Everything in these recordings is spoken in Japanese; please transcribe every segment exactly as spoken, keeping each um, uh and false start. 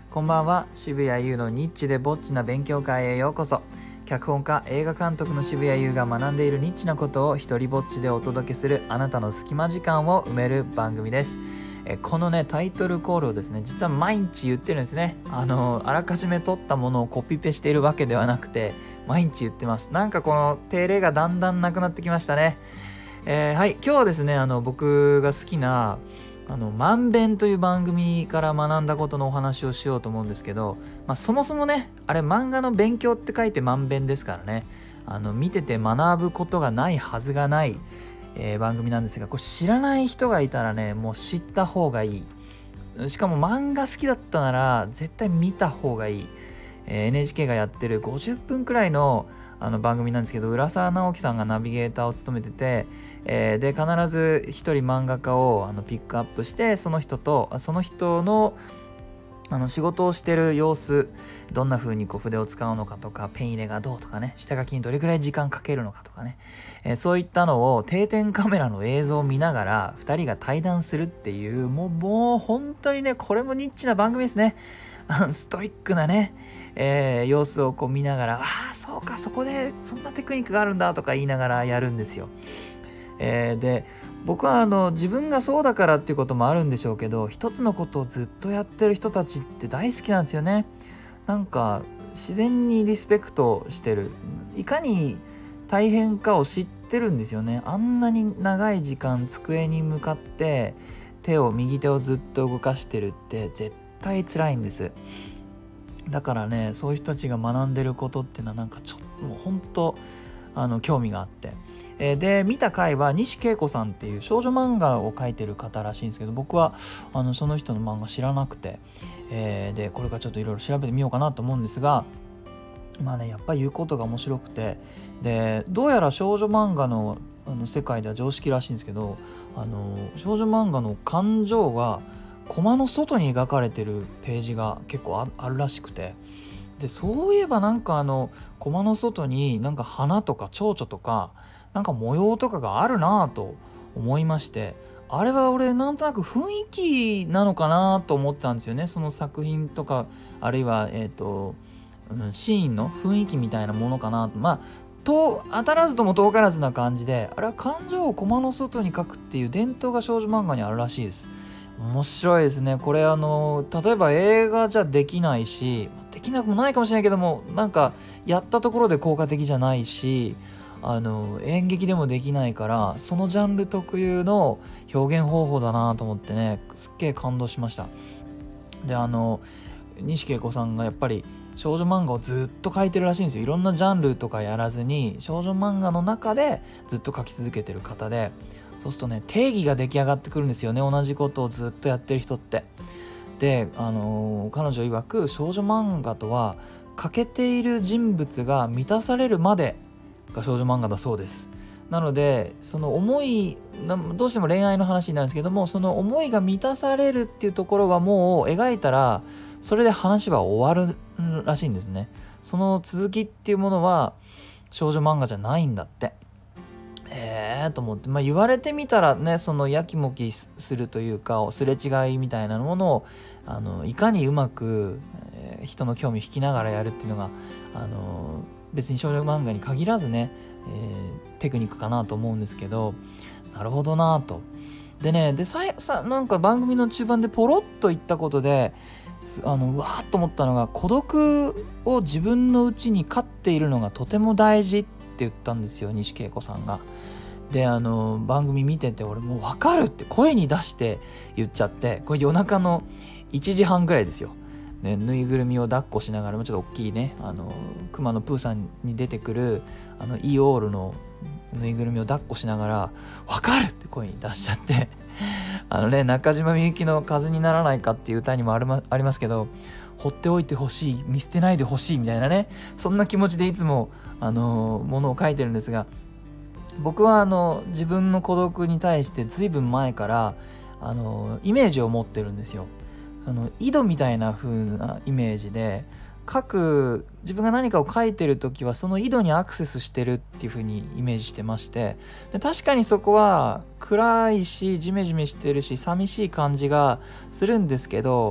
こんばんは。渋谷優のニッチでぼっちな勉強会へようこそ。脚本家、映画監督の渋谷優が学んでいるニッチなことを一人ぼっちでお届けするあなたの隙間時間を埋める番組です。えこのねタイトルコールをですね実は毎日言ってるんですね。あのあらかじめ撮ったものをコピペしているわけではなくて毎日言ってます。なんかこの定例がだんだんなくなってきましたね。えー、はい今日はですねあの僕が好きなあのまんべんという番組から学んだことのお話をしようと思うんですけど、まあ、そもそもねあれ漫画の勉強って書いてまんべんですからね、あの見てて学ぶことがないはずがない、えー、番組なんですが、これ知らない人がいたらねもう知った方がいい。しかも漫画好きだったなら絶対見た方がいい。えー、エヌエイチケー がやってるごじゅっぷんくらいのあの番組なんですけど、浦沢直樹さんがナビゲーターを務めてて、えー、で必ず一人漫画家をあのピックアップして、その人とその人のあの仕事をしてる様子、どんな風にこう筆を使うのかとか、ペン入れがどうとかね、下書きにどれくらい時間かけるのかとかね、えー、そういったのを定点カメラの映像を見ながらふたりが対談するっていう、もうもう本当にねこれもニッチな番組ですね。ストイックなね、えー、様子をこう見ながら、ああそうかそこでそんなテクニックがあるんだとか言いながらやるんですよ。えー、で僕はあの自分がそうだからっていうこともあるんでしょうけど、一つのことをずっとやってる人たちって大好きなんですよね。なんか自然にリスペクトしてる、いかに大変かを知ってるんですよね。あんなに長い時間机に向かって手を右手をずっと動かしてるって絶対辛いんです。だからねそういう人たちが学んでることっていうのはなんかちょっともう本当あの興味があって、えー、で見た回は西恵子さんっていう少女漫画を描いてる方らしいんですけど、僕はあのその人の漫画知らなくて、えー、でこれからちょっといろいろ調べてみようかなと思うんですが、まあねやっぱり言うことが面白くて、でどうやら少女漫画の、あの世界では常識らしいんですけど、あの少女漫画の感情はコマの外に描かれてるページが結構 あ, あるらしくて、でそういえばなんかあのコマの外になんか花とか蝶々とかなんか模様とかがあるなぁと思いまして、あれは俺なんとなく雰囲気なのかなと思ったんですよね。その作品とかあるいはえっ、ー、とシーンの雰囲気みたいなものかなと、まあと当たらずとも遠からずな感じで、あれは感情をコマの外に描くっていう伝統が少女漫画にあるらしいです。面白いですねこれ。あの例えば映画じゃできないし、できなくもないかもしれないけども、なんかやったところで効果的じゃないし、あの演劇でもできないから、そのジャンル特有の表現方法だなと思ってね、すっげえ感動しました。であの西恵子さんがやっぱり少女漫画をずっと描いてるらしいんですよ。いろんなジャンルとかやらずに少女漫画の中でずっと描き続けてる方で、そうするとね定義が出来上がってくるんですよね、同じことをずっとやってる人って。で、あのー、彼女曰く少女漫画とは欠けている人物が満たされるまでが少女漫画だそうです。なのでその思いどうしても恋愛の話になるんですけども、その思いが満たされるっていうところはもう描いたらそれで話は終わるらしいんですね。その続きっていうものは少女漫画じゃないんだって。えーと思って、まあ、言われてみたらね、そのやきもきするというかすれ違いみたいなものをあのいかにうまく、えー、人の興味引きながらやるっていうのが、あの別に少女漫画に限らずね、えー、テクニックかなと思うんですけど、なるほどなと。でねでささなんか番組の中盤でポロッと言ったことであのうわーっと思ったのが、孤独を自分の内に飼っているのがとても大事って言ったんですよ、西恵子さんが。であの番組見てて俺もう分かるって声に出して言っちゃって、これ夜中のいちじはんぐらいですよ、ね、ぬいぐるみを抱っこしながらもちょっと大きいねあの熊野プーさんに出てくるあのイオールのぬいぐるみを抱っこしながら分かるって声に出しちゃってあのね中島みゆきの風にならないかっていう歌にもありま、ありますけど、放っておいてほしい、見捨てないでほしいみたいなね、そんな気持ちでいつもあのものを書いてるんですが、僕はあの自分の孤独に対してずいぶん前からあのイメージを持ってるんですよ。その井戸みたいな風なイメージで、書く自分が何かを書いてる時はその井戸にアクセスしてるっていう風にイメージしてまして、で確かにそこは暗いしジメジメしてるし寂しい感じがするんですけど、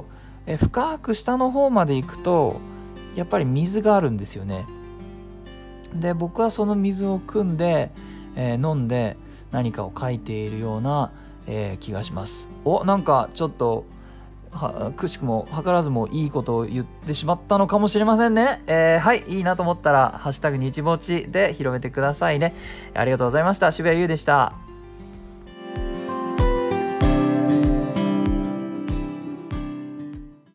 え深く下の方まで行くとやっぱり水があるんですよね。で僕はその水を汲んで、えー、飲んで何かを書いているような、えー、気がします。おなんかちょっとはくしくも図らずもいいことを言ってしまったのかもしれませんね。えー、はいいいなと思ったらハッシュタグ日ぼっちで広めてくださいね。ありがとうございました。渋谷優でした。